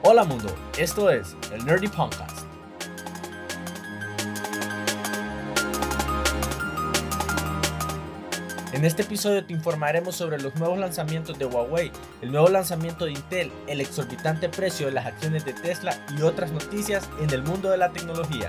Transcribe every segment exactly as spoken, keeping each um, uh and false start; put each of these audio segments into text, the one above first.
Hola mundo, esto es el Nerdy Podcast. En este episodio te informaremos sobre los nuevos lanzamientos de Huawei, el nuevo lanzamiento de Intel, el exorbitante precio de las acciones de Tesla y otras noticias en el mundo de la tecnología.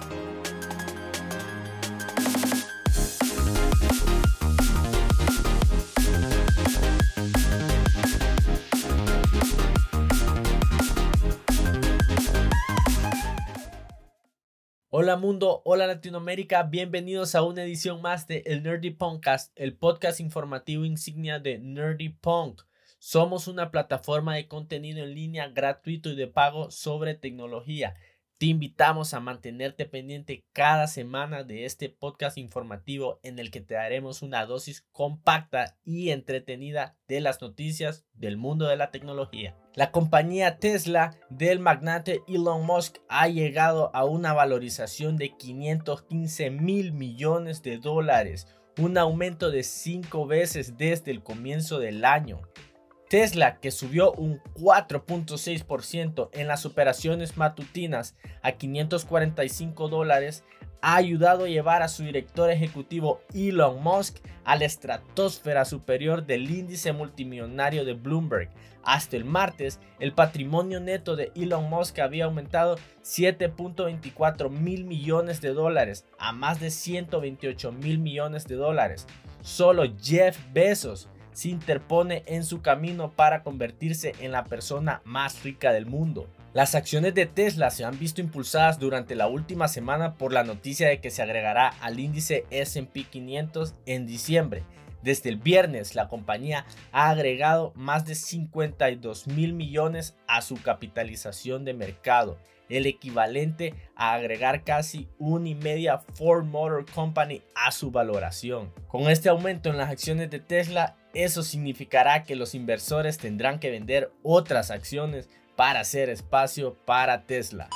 Hola mundo, hola Latinoamérica, bienvenidos a una edición más de el Nerdy Podcast, el podcast informativo insignia de Nerdy Punk. Somos una plataforma de contenido en línea gratuito y de pago sobre tecnología. Te invitamos a mantenerte pendiente cada semana de este podcast informativo en el que te daremos una dosis compacta y entretenida de las noticias del mundo de la tecnología. La compañía Tesla del magnate Elon Musk ha llegado a una valorización de quinientos quince mil millones de dólares, un aumento de cinco veces desde el comienzo del año. Tesla, que subió un cuatro punto seis por ciento en las operaciones matutinas a quinientos cuarenta y cinco dólares, ha ayudado a llevar a su director ejecutivo Elon Musk a la estratosfera superior del índice multimillonario de Bloomberg. Hasta el martes, el patrimonio neto de Elon Musk había aumentado siete punto veinticuatro mil millones de dólares a más de ciento veintiocho mil millones de dólares. Solo Jeff Bezos se interpone en su camino para convertirse en la persona más rica del mundo. Las acciones de Tesla se han visto impulsadas durante la última semana por la noticia de que se agregará al índice ese and pe quinientos en diciembre. Desde el viernes, la compañía ha agregado más de cincuenta y dos mil millones a su capitalización de mercado, el equivalente a agregar casi una y media Ford Motor Company a su valoración. Con este aumento en las acciones de Tesla, eso significará que los inversores tendrán que vender otras acciones para hacer espacio para Tesla.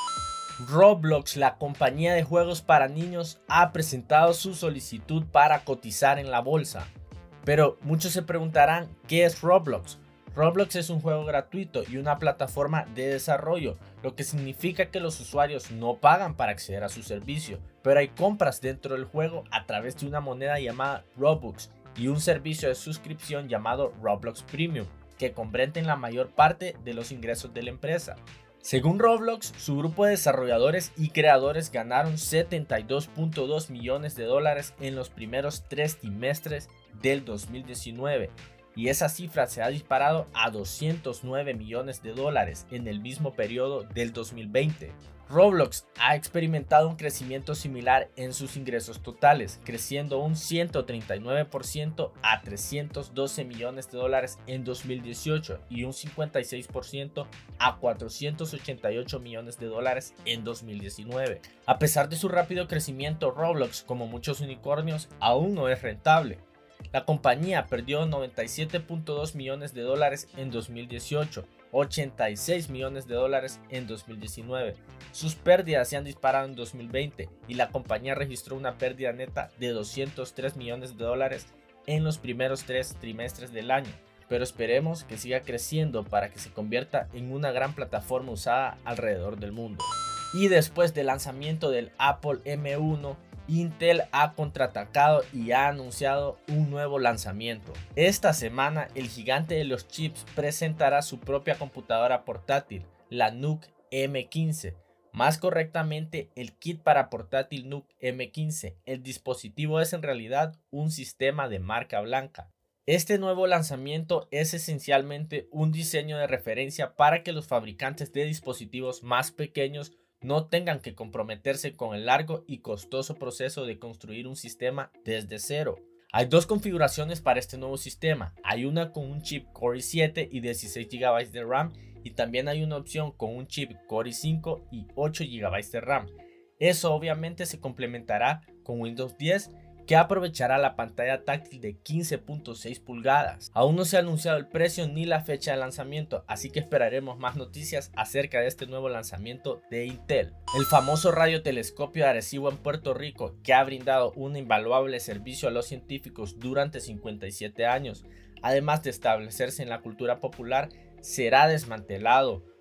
Roblox, la compañía de juegos para niños, ha presentado su solicitud para cotizar en la bolsa. Pero muchos se preguntarán, ¿qué es Roblox? Roblox es un juego gratuito y una plataforma de desarrollo, lo que significa que los usuarios no pagan para acceder a su servicio, pero hay compras dentro del juego a través de una moneda llamada Robux y un servicio de suscripción llamado Roblox Premium, que comprenden la mayor parte de los ingresos de la empresa. Según Roblox, su grupo de desarrolladores y creadores ganaron setenta y dos punto dos millones de dólares en los primeros tres trimestres del dos mil diecinueve. Y esa cifra se ha disparado a doscientos nueve millones de dólares en el mismo periodo del dos mil veinte. Roblox ha experimentado un crecimiento similar en sus ingresos totales, creciendo un ciento treinta y nueve por ciento a trescientos doce millones de dólares en dos mil dieciocho y un cincuenta y seis por ciento a cuatrocientos ochenta y ocho millones de dólares en dos mil diecinueve. A pesar de su rápido crecimiento, Roblox, como muchos unicornios, aún no es rentable. La compañía perdió noventa y siete punto dos millones de dólares en dos mil dieciocho, ochenta y seis millones de dólares en dos mil diecinueve. Sus pérdidas se han disparado en dos mil veinte y la compañía registró una pérdida neta de doscientos tres millones de dólares en los primeros tres trimestres del año. Pero esperemos que siga creciendo para que se convierta en una gran plataforma usada alrededor del mundo. Y después del lanzamiento del Apple eme uno, Intel ha contraatacado y ha anunciado un nuevo lanzamiento. Esta semana, el gigante de los chips presentará su propia computadora portátil, la NUC eme quince. Más correctamente, el kit para portátil NUC eme quince. El dispositivo es en realidad un sistema de marca blanca. Este nuevo lanzamiento es esencialmente un diseño de referencia para que los fabricantes de dispositivos más pequeños no tengan que comprometerse con el largo y costoso proceso de construir un sistema desde cero. Hay dos configuraciones para este nuevo sistema. Hay una con un chip Core i siete y dieciséis gigabytes de RAM y también hay una opción con un chip Core i cinco y ocho gigabytes de RAM. Eso obviamente se complementará con Windows diez, que aprovechará la pantalla táctil de quince punto seis pulgadas. Aún no se ha anunciado el precio ni la fecha de lanzamiento, así que esperaremos más noticias acerca de este nuevo lanzamiento de Intel. El famoso radiotelescopio de Arecibo en Puerto Rico, que ha brindado un invaluable servicio a los científicos durante cincuenta y siete años, además de establecerse en la cultura popular, será desmantelado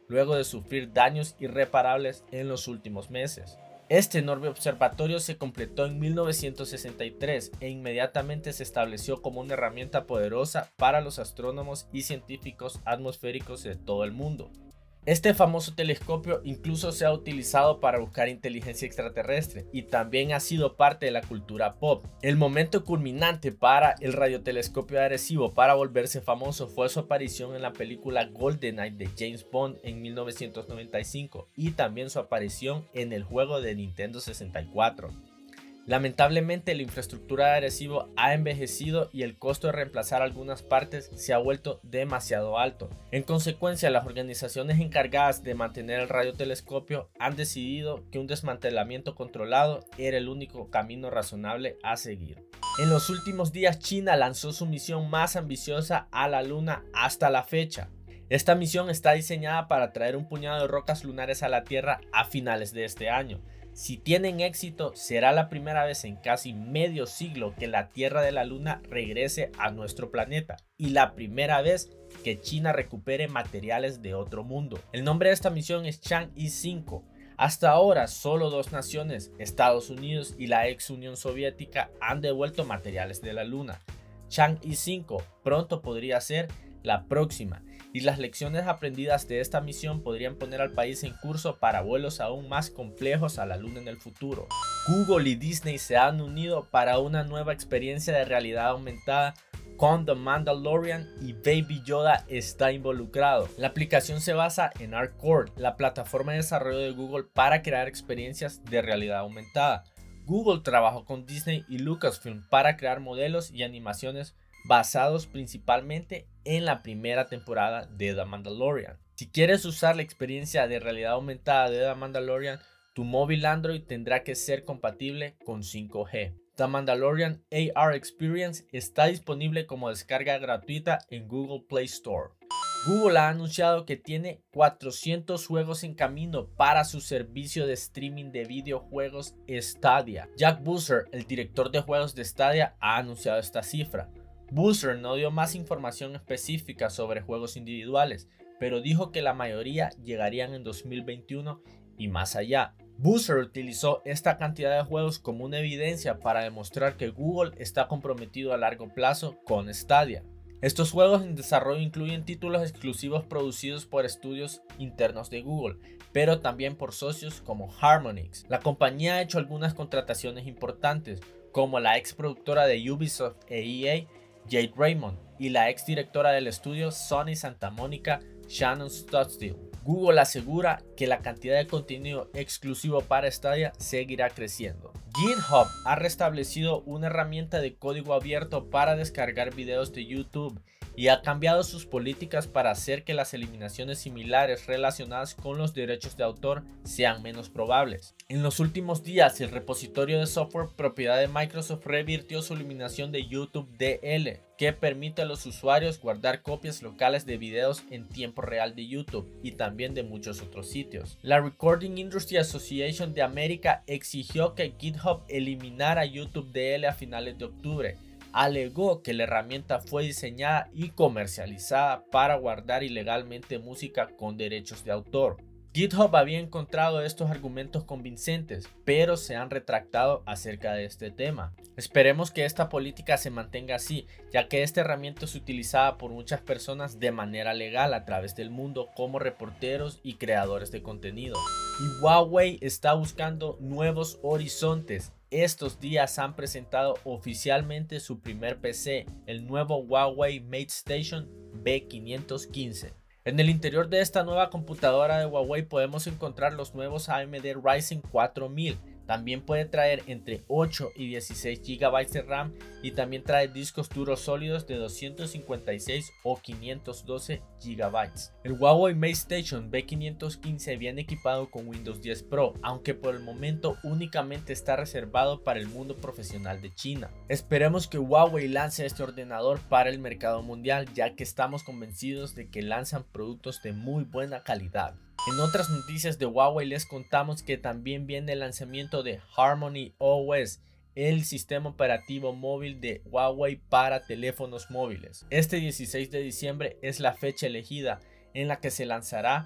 luego de sufrir daños irreparables en los últimos meses. Este enorme observatorio se completó en mil novecientos sesenta y tres e inmediatamente se estableció como una herramienta poderosa para los astrónomos y científicos atmosféricos de todo el mundo. Este famoso telescopio incluso se ha utilizado para buscar inteligencia extraterrestre y también ha sido parte de la cultura pop. El momento culminante para el radiotelescopio de Arecibo para volverse famoso fue su aparición en la película GoldenEye de James Bond en mil novecientos noventa y cinco y también su aparición en el juego de Nintendo sesenta y cuatro. Lamentablemente la infraestructura de Arecibo ha envejecido y el costo de reemplazar algunas partes se ha vuelto demasiado alto. En consecuencia, las organizaciones encargadas de mantener el radiotelescopio han decidido que un desmantelamiento controlado era el único camino razonable a seguir. En los últimos días, China lanzó su misión más ambiciosa a la Luna hasta la fecha. Esta misión está diseñada para traer un puñado de rocas lunares a la Tierra a finales de este año. Si tienen éxito, será la primera vez en casi medio siglo que la Tierra de la Luna regrese a nuestro planeta y la primera vez que China recupere materiales de otro mundo. El nombre de esta misión es Chang'e cinco. Hasta ahora, solo dos naciones, Estados Unidos y la ex Unión Soviética, han devuelto materiales de la Luna. Chang'e cinco pronto podría ser la próxima, y las lecciones aprendidas de esta misión podrían poner al país en curso para vuelos aún más complejos a la Luna en el futuro. Google y Disney se han unido para una nueva experiencia de realidad aumentada con The Mandalorian y Baby Yoda está involucrado. La aplicación se basa en ArtCore, la plataforma de desarrollo de Google para crear experiencias de realidad aumentada. Google trabajó con Disney y Lucasfilm para crear modelos y animaciones basados principalmente en la primera temporada de The Mandalorian. Si quieres usar la experiencia de realidad aumentada de The Mandalorian, tu móvil Android tendrá que ser compatible con cinco G. The Mandalorian A R Experience está disponible como descarga gratuita en Google Play Store. Google ha anunciado que tiene cuatrocientos juegos en camino para su servicio de streaming de videojuegos Stadia. Jack Buser, el director de juegos de Stadia, ha anunciado esta cifra. Buser no dio más información específica sobre juegos individuales, pero dijo que la mayoría llegarían en dos mil veintiuno y más allá. Buser utilizó esta cantidad de juegos como una evidencia para demostrar que Google está comprometido a largo plazo con Stadia. Estos juegos en desarrollo incluyen títulos exclusivos producidos por estudios internos de Google, pero también por socios como Harmonix. La compañía ha hecho algunas contrataciones importantes, como la ex productora de Ubisoft e E A, Jade Raymond, y la ex directora del estudio Sony Santa Mónica, Shannon Studstill. Google asegura que la cantidad de contenido exclusivo para Stadia seguirá creciendo. GitHub ha restablecido una herramienta de código abierto para descargar videos de YouTube y ha cambiado sus políticas para hacer que las eliminaciones similares relacionadas con los derechos de autor sean menos probables. En los últimos días, el repositorio de software propiedad de Microsoft revirtió su eliminación de YouTube D L, que permite a los usuarios guardar copias locales de videos en tiempo real de YouTube y también de muchos otros sitios. La Recording Industry Association de América exigió que GitHub eliminara YouTube D L a finales de octubre. Alegó que la herramienta fue diseñada y comercializada para guardar ilegalmente música con derechos de autor. GitHub había encontrado estos argumentos convincentes, pero se han retractado acerca de este tema. Esperemos que esta política se mantenga así, ya que esta herramienta es utilizada por muchas personas de manera legal a través del mundo como reporteros y creadores de contenido. Y Huawei está buscando nuevos horizontes. Estos días han presentado oficialmente su primer P C, el nuevo Huawei MateStation B quinientos quince. En el interior de esta nueva computadora de Huawei podemos encontrar los nuevos A M D Ryzen cuatro mil. También puede traer entre ocho y dieciséis gigabytes de RAM y también trae discos duros sólidos de doscientos cincuenta y seis o quinientos doce gigabytes. El Huawei MateStation B quinientos quince viene equipado con Windows diez Pro, aunque por el momento únicamente está reservado para el mundo profesional de China. Esperemos que Huawei lance este ordenador para el mercado mundial, ya que estamos convencidos de que lanzan productos de muy buena calidad. En otras noticias de Huawei les contamos que también viene el lanzamiento de Harmony O S, el sistema operativo móvil de Huawei para teléfonos móviles. Este dieciséis de diciembre es la fecha elegida en la que se lanzará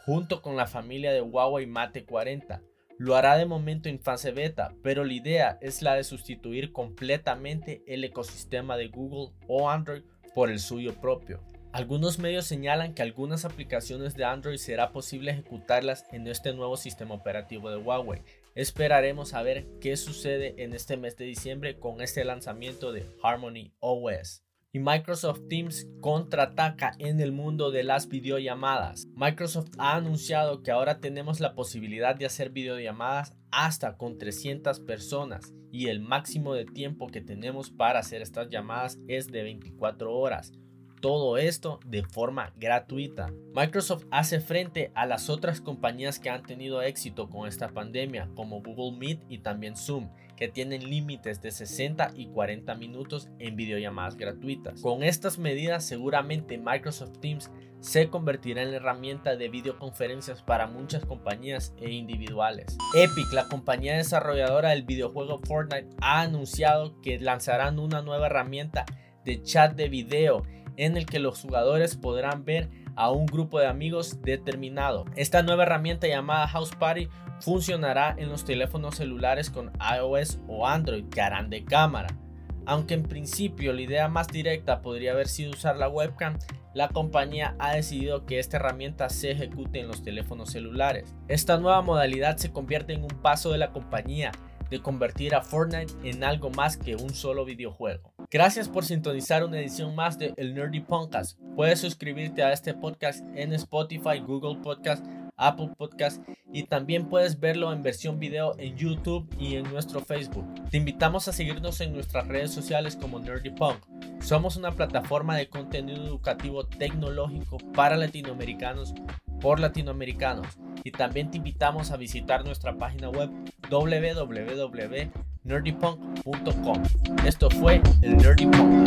junto con la familia de Huawei Mate cuarenta. Lo hará de momento en fase beta, pero la idea es la de sustituir completamente el ecosistema de Google o Android por el suyo propio. Algunos medios señalan que algunas aplicaciones de Android será posible ejecutarlas en este nuevo sistema operativo de Huawei. Esperaremos a ver qué sucede en este mes de diciembre con este lanzamiento de Harmony O S. Y Microsoft Teams contraataca en el mundo de las videollamadas. Microsoft ha anunciado que ahora tenemos la posibilidad de hacer videollamadas hasta con trescientas personas y el máximo de tiempo que tenemos para hacer estas llamadas es de veinticuatro horas. Todo esto de forma gratuita. Microsoft hace frente a las otras compañías que han tenido éxito con esta pandemia, como Google Meet y también Zoom, que tienen límites de sesenta y cuarenta minutos en videollamadas gratuitas. Con estas medidas, seguramente Microsoft Teams se convertirá en la herramienta de videoconferencias para muchas compañías e individuales. Epic, la compañía desarrolladora del videojuego Fortnite, ha anunciado que lanzarán una nueva herramienta de chat de video en el que los jugadores podrán ver a un grupo de amigos determinado. Esta nueva herramienta llamada House Party funcionará en los teléfonos celulares con iOS o Android que harán de cámara. Aunque en principio la idea más directa podría haber sido usar la webcam, la compañía ha decidido que esta herramienta se ejecute en los teléfonos celulares. Esta nueva modalidad se convierte en un paso de la compañía de convertir a Fortnite en algo más que un solo videojuego. Gracias por sintonizar una edición más de El Nerdy Punkast. Puedes suscribirte a este podcast en Spotify, Google Podcast, Apple Podcast y también puedes verlo en versión video en YouTube y en nuestro Facebook. Te invitamos a seguirnos en nuestras redes sociales como Nerdy Punk. Somos una plataforma de contenido educativo tecnológico para latinoamericanos por latinoamericanos y también te invitamos a visitar nuestra página web w w w punto nerdy punk punto com. Esto fue el Nerdy Punk.